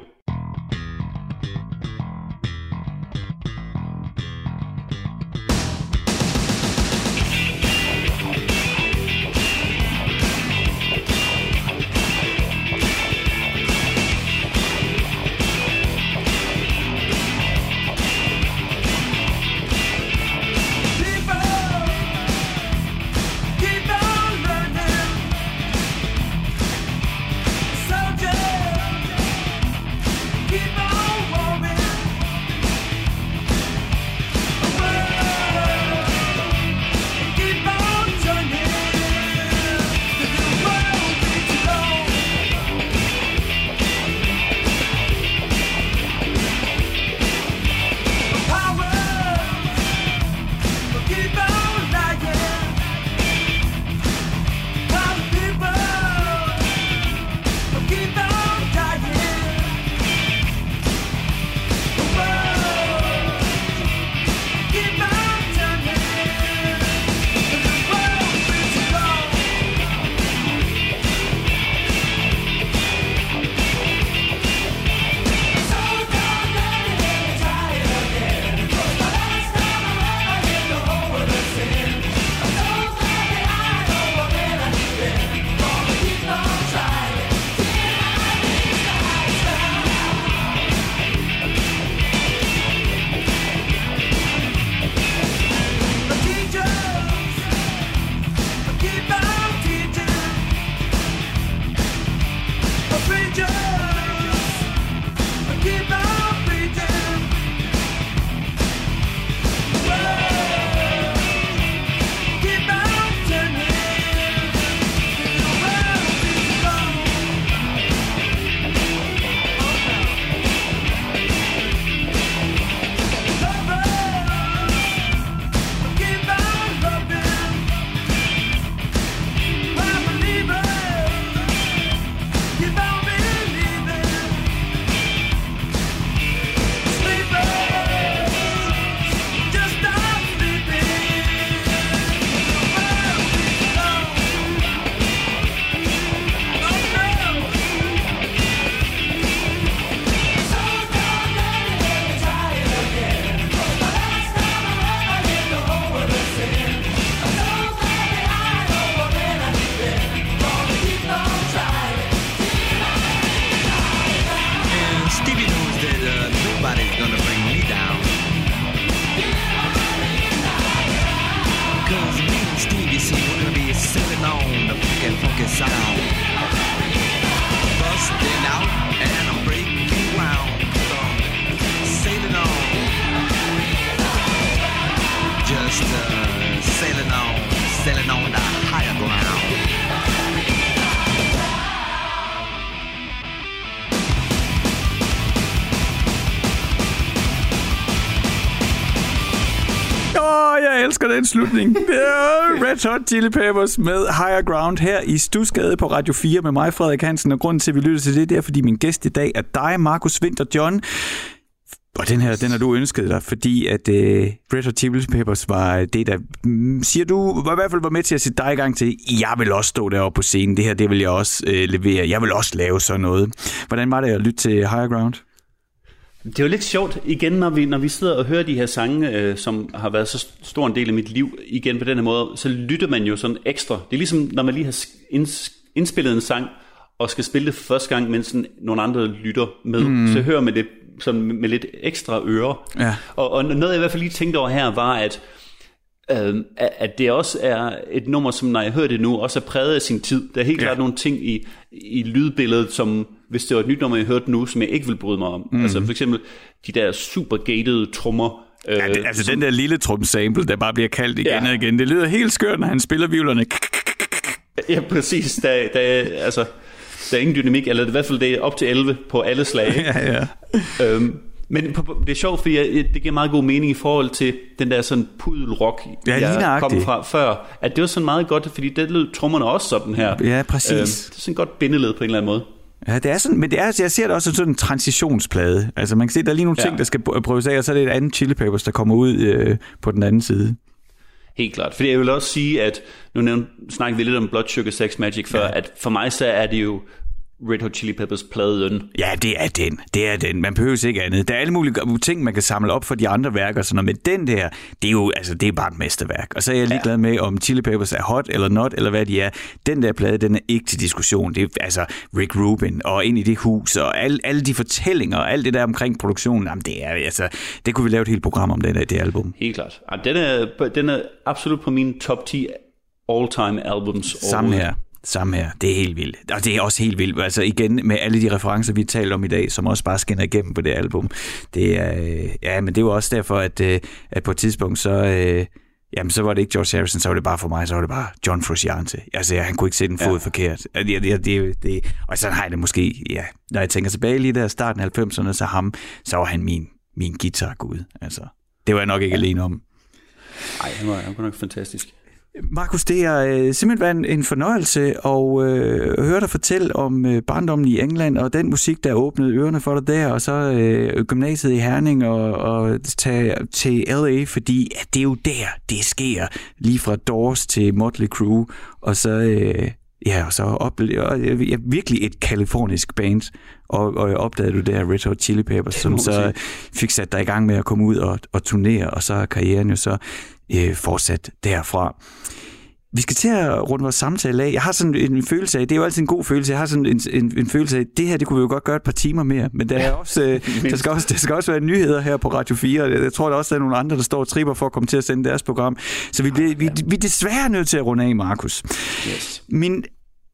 Jeg elsker den slutning. Det er Red Hot Chili Peppers med Higher Ground her i Stusgade på Radio 4 med mig, Frederik Hansen. Og grunden til, at vi lytter til det er, fordi min gæst i dag er dig, Markus Winther John. Og den har du ønsket dig, fordi at Red Hot Chili Peppers var det, der siger du, i hvert fald var med til at sætte dig i gang til, jeg vil også stå deroppe på scenen. Det her, det vil jeg også levere. Jeg vil også lave sådan noget. Hvordan var det at lytte til Higher Ground? Det er jo lidt sjovt, igen, når vi sidder og hører de her sange, som har været så stor en del af mit liv, igen på den her måde, så lytter man jo sådan ekstra. Det er ligesom, når man lige har indspillet en sang, og skal spille det for første gang, mens nogle andre lytter med, så hører man det sådan med lidt ekstra ører. Ja. Og noget jeg i hvert fald lige tænkte over her, var, at det også er et nummer, som når jeg hører det nu, også er præget af sin tid. Der er helt klart nogle ting i lydbilledet, som hvis det var et nyt nummer, jeg hørte nu, som jeg ikke vil bryde mig om. Altså for eksempel de der super gated trommer. Den der lille tromsample, der bare bliver kaldt igen og igen. Det lyder helt skørt, når han spiller violerne. Ja, præcis. Der er ingen dynamik, eller i hvert fald det er op til 11 på alle slag. Men det er sjovt, fordi det giver meget god mening i forhold til den der sådan pudelrock, jeg kom fra før. At det var sådan meget godt, fordi det lød trommerne også sådan her. Ja, præcis. Det er sådan et godt bindeled på en eller anden måde. Ja, det er sådan, men jeg ser det også som sådan en transitionsplade. Altså man kan se, der er lige nogle ting, der skal prøves af, og så er det et andet Chili Peppers, der kommer ud på den anden side. Helt klart. Fordi jeg vil også sige, at nu snakker vi lidt om Blood Sugar Sex Magik før, at for mig så er det jo Red Hot Chili Peppers pladen. Ja, det er den. Man behøver ikke andet. Der er alle mulige ting, man kan samle op for de andre værker, sådan noget. Men den der, det er jo det er bare et mesterværk. Og så er jeg ligeglad med, om Chili Peppers er hot eller not, eller hvad de er. Den der plade, den er ikke til diskussion. Det er altså Rick Rubin, og ind i det hus, og alle de fortællinger, og alt det der omkring produktionen. Jamen, det er altså, det kunne vi lave et helt program om, det album. Helt klart. Den er absolut på min top 10 all-time albums. Samme her. Det er helt vildt. Og det er også helt vildt. Altså igen, med alle de referencer, vi har talt om i dag, som også bare skinner igennem på det album. Det er, men det er jo også derfor, at på et tidspunkt, så var det ikke George Harrison, så var det bare for mig, så var det bare John Frusciante. Altså, han kunne ikke sætte en fod forkert. Og så har jeg det måske, når jeg tænker tilbage lige der starten af 90'erne, så var han min guitar-gud. Altså, det var jeg nok ikke alene om. Nej, han var nok fantastisk. Markus, det er simpelthen været en fornøjelse at høre dig fortælle om barndommen i England og den musik, der åbnede ørerne for dig der, og så gymnasiet i Herning og tage til LA, fordi det er jo der, det sker, lige fra Doors til Motley Crue, og så og så oplevede virkelig et kalifornisk band, og opdagede du der Red Hot Chili Peppers, som så fik sat dig i gang med at komme ud og turnere, og så er karrieren jo så fortsat derfra. Vi skal til at runde vores samtale af. Jeg har sådan en følelse af, det er jo altid en god følelse, jeg har sådan en følelse af, det her, det kunne vi jo godt gøre et par timer mere, men der er også, der skal også være nyheder her på Radio 4, jeg tror der også er nogle andre, der står og tripper for at komme til at sende deres program, så vi er desværre nødt til at runde af, Markus. Yes. Min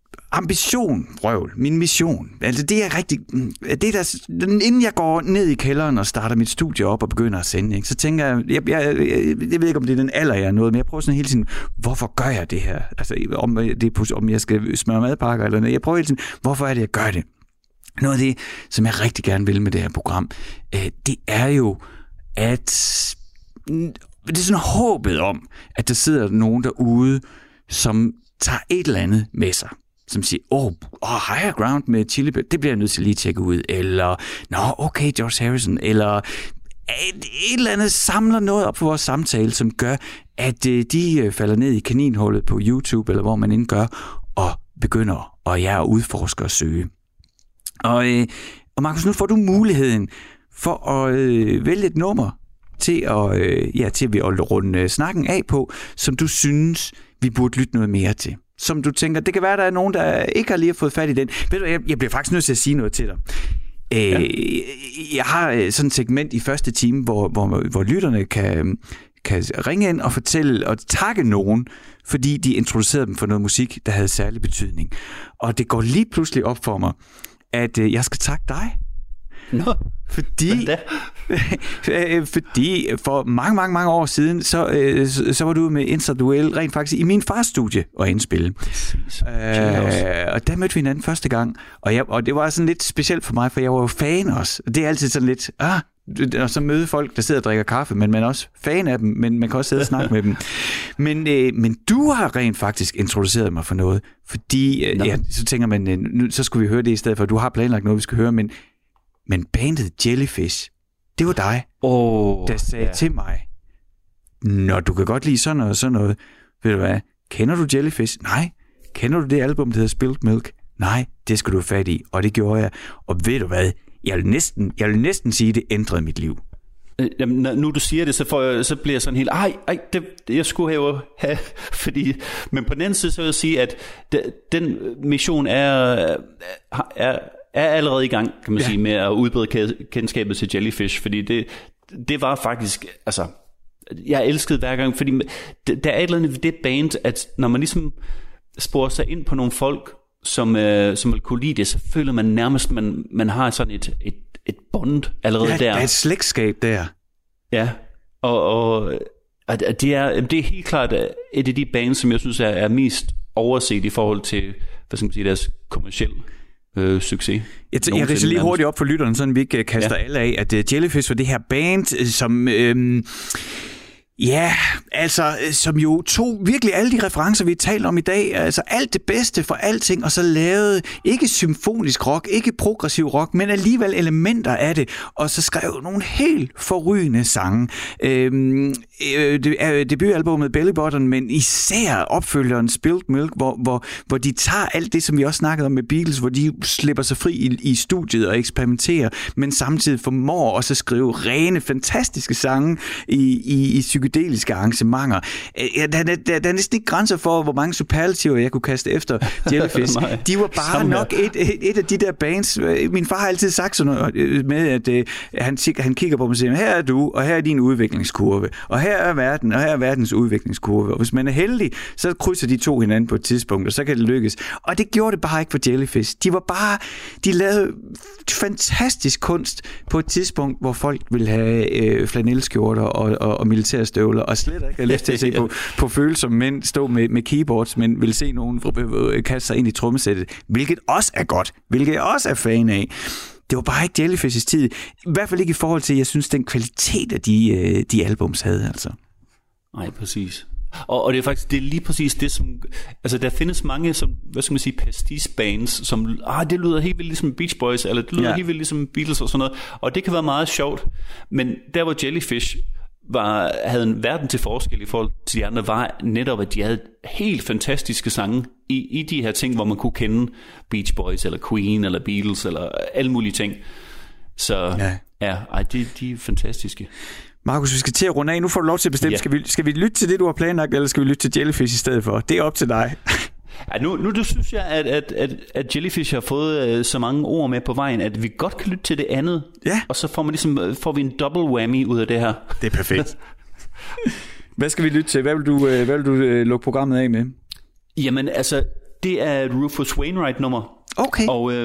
mission, altså det er rigtig, det der, inden jeg går ned i kælderen og starter mit studie op og begynder at sende, ikke, så tænker jeg ved ikke om det er den alder jeg er noget, men jeg prøver sådan hele tiden, hvorfor gør jeg det her? Altså om jeg skal smøre madpakker eller noget, jeg prøver hele tiden, hvorfor er det jeg gør det? Noget af det, som jeg rigtig gerne vil med det her program, det er jo, at det er sådan håbet om, at der sidder nogen derude, som tager et eller andet med sig, som siger, Higher Ground med Chili Peppers, det bliver jeg nødt til lige at tjekke ud, eller, okay, George Harrison, eller et eller andet samler noget op for vores samtale, som gør, at de falder ned i kaninhullet på YouTube, eller hvor man end gør, og begynder at udforske og søge. Og Markus, nu får du muligheden for at vælge et nummer til at runde snakken af på, som du synes, vi burde lytte noget mere til. Som du tænker, det kan være, der er nogen, der ikke har lige fået fat i den. Ved du, jeg bliver faktisk nødt til at sige noget til dig. Jeg har sådan et segment i første time, hvor lytterne kan ringe ind og fortælle og takke nogen, fordi de introducerede dem for noget musik, der havde særlig betydning. Og det går lige pludselig op for mig, at jeg skal takke dig. Fordi for mange år siden, så var du med Inside the Whale rent faktisk i min fars studie og indspille. Og der mødte vi hinanden første gang, og det var sådan lidt specielt for mig, for jeg var jo fan også. Det er altid sådan lidt, og så møde folk, der sidder og drikker kaffe, men man er også fan af dem, men man kan også sidde og snakke med dem. Men du har rent faktisk introduceret mig for noget, fordi så tænker man, så skulle vi høre det i stedet for, du har planlagt noget, vi skal høre, men bandet Jellyfish, det var dig, der sagde til mig, når du kan godt lide sådan noget, ved du hvad, kender du Jellyfish? Nej. Kender du det album, der hedder Spilled Milk? Nej, det skal du have fat i, og det gjorde jeg. Og ved du hvad, jeg vil næsten sige, det ændrede mit liv. Jamen, nu du siger det, så bliver jeg sådan helt, det jeg skulle have, fordi, men på den anden side, så vil jeg sige, at den mission er allerede i gang, kan man sige, med at udbrede kendskabet til Jellyfish, fordi det var faktisk, altså, jeg elskede hver gang, fordi der er et eller andet ved det band, at når man ligesom sporer sig ind på nogle folk, som vil kunne lide det, så føler man nærmest, man har sådan et bond allerede der. Der er et slægtskab der. Ja, og det er helt klart et af de bands, som jeg synes er mest overset i forhold til, hvad skal man sige, deres kommercielle succes. Jeg ridser lige hurtigt op for lytterne, så vi ikke kaster alle af, at Jellyfish var det her band, som Ja, altså, som jo tog virkelig alle de referencer, vi talte om i dag, altså alt det bedste for alting, og så lavede ikke symfonisk rock, ikke progressiv rock, men alligevel elementer af det, og så skrev nogle helt forrygende sange. Debutalbummet Belly Button, men især opfølgeren Spilled Milk, hvor de tager alt det, som vi også snakkede om med Beatles, hvor de slipper sig fri i studiet og eksperimenterer, men samtidig formår også at skrive rene, fantastiske sange i psykedeliske arrangementer. Der er næsten ikke grænser for, hvor mange superlativer jeg kunne kaste efter Jellyfish. De var bare nok et af de der bands. Min far har altid sagt sådan noget med, at han kigger på mig og siger, her er du, og her er din udviklingskurve, og her er verden, og her er verdens udviklingskurve. Og hvis man er heldig, så krydser de to hinanden på et tidspunkt, og så kan det lykkes. Og det gjorde det bare ikke for Jellyfish. De lavede fantastisk kunst på et tidspunkt, hvor folk ville have flanelskjorter og militærstøvler, og slet ikke have lyst til at se på følsomme mænd stå med keyboards, men vil se nogen kaste sig ind i trommesættet, hvilket også er godt, hvilket jeg også er fan af. Det var bare ikke Jellyfish's tid. I hvert fald ikke i forhold til, jeg synes, den kvalitet af de albums havde, altså. Nej, præcis. Og det er lige præcis det, som... Altså, der findes mange, som, hvad skal man sige, pastiche-bands, som... det lyder helt vildt ligesom Beach Boys, eller det lyder helt vildt ligesom Beatles og sådan noget. Og det kan være meget sjovt. Men der, hvor Jellyfish havde en verden til forskel i forhold til de andre, var netop, at de havde helt fantastiske sange i de her ting, hvor man kunne kende Beach Boys, eller Queen, eller Beatles, eller alle mulige ting. Så de er fantastiske. Markus, vi skal til at runde af. Nu får du lov til at bestemme. Ja. Skal vi lytte til det, du har planlagt, eller skal vi lytte til Jellyfish i stedet for? Det er op til dig. Ja, nu synes jeg, at Jellyfish har fået så mange ord med på vejen, at vi godt kan lytte til det andet. Ja. Og så får vi en double whammy ud af det her. Det er perfekt. Hvad skal vi lytte til? Hvad vil du lukke programmet af med? Jamen, altså, det er et Rufus Wainwright-nummer. Okay.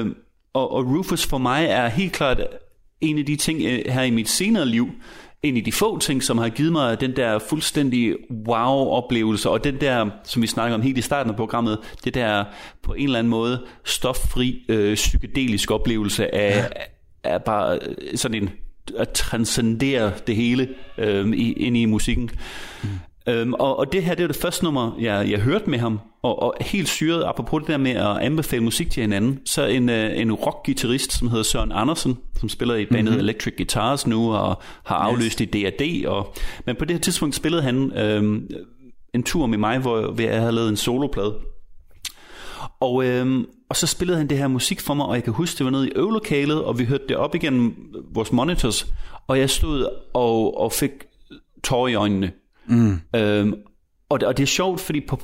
Og Rufus for mig er helt klart en af de ting her i mit senere liv, en af de få ting, som har givet mig den der fuldstændig wow-oplevelse, og den der, som vi snakker om helt i starten af programmet, det der på en eller anden måde stoffri, psykedelisk oplevelse af bare sådan en, at transcendere det hele ind i musikken. Og det her, det er det første nummer, jeg hørte med ham, og helt syret, apropos det der med at anbefale musik til hinanden, så en rockgitarrist, som hedder Søren Andersen, som spiller i bandet Electric Guitars nu, og har afløst i D&D, men på det her tidspunkt spillede han en tur med mig, hvor jeg havde lavet en soloplade. Og så spillede han det her musik for mig, og jeg kan huske, det var nede i øvelokalet, og vi hørte det op igennem vores monitors, og jeg stod og fik tårer i øjnene. Og det er sjovt, fordi på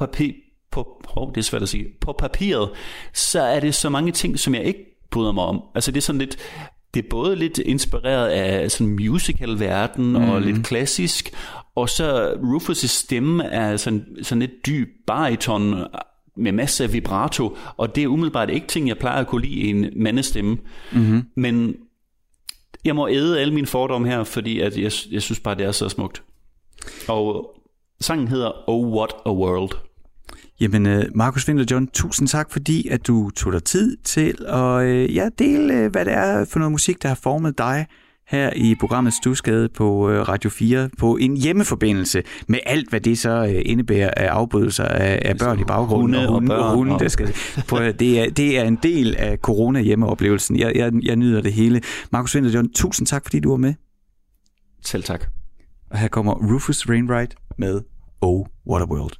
papiret, så er det så mange ting, som jeg ikke bryder mig om. Altså det er sådan lidt, det er både lidt inspireret af sådan musical-verden og lidt klassisk, og så Rufus' stemme er sådan lidt dyb bariton med masser af vibrato, og det er umiddelbart ikke ting, jeg plejer at kunne lide i en mandestemme. Men jeg må æde alle mine fordomme her, fordi at jeg synes bare, det er så smukt. Og sangen hedder Oh What a World. Jamen, Marcus Winterjohn, tusind tak, fordi at du tog dig tid til at dele, hvad det er for noget musik, der har formet dig her i programmet Studsgade på Radio 4, på en hjemmeforbindelse med alt, hvad det så indebærer af afbrydelser af børn i baggrunden og hunde. Det er en del af corona-hjemmeoplevelsen. Jeg nyder det hele. Marcus Winterjohn, tusind tak, fordi du var med. Selv tak. Og her kommer Rufus Wainwright med Oh, What a World.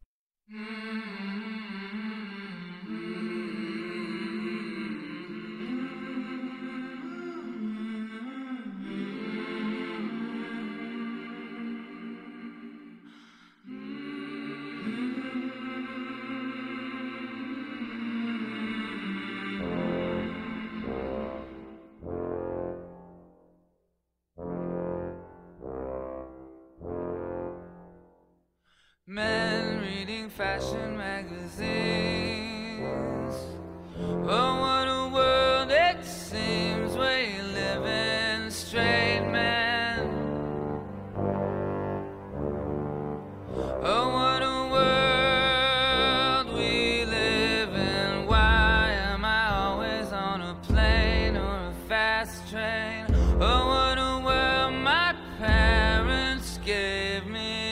Men reading fashion magazines. Oh, what a world it seems we live in, straight men. Oh, what a world we live in. Why am I always on a plane or a fast train? Oh, what a world my parents gave me.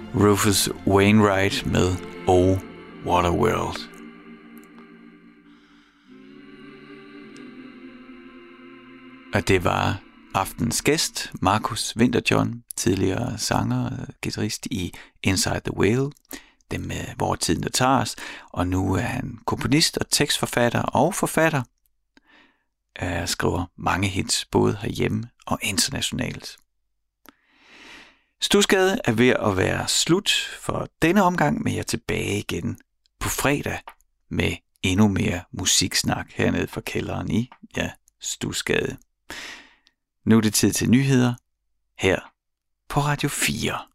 Rufus Wainwright med Oh, What a World. Og det var aftens gæst, Marcus Winterjohn, tidligere sanger og guitarist i Inside the Whale, dem med Hvor tiden der tager os, og nu er han komponist og tekstforfatter og forfatter. Skriver mange hits både herhjemme og internationalt. Stusgade er ved at være slut for denne omgang, men jeg er tilbage igen på fredag med endnu mere musiksnak hernede fra kælderen i Stusgade. Nu er det tid til nyheder her på Radio 4.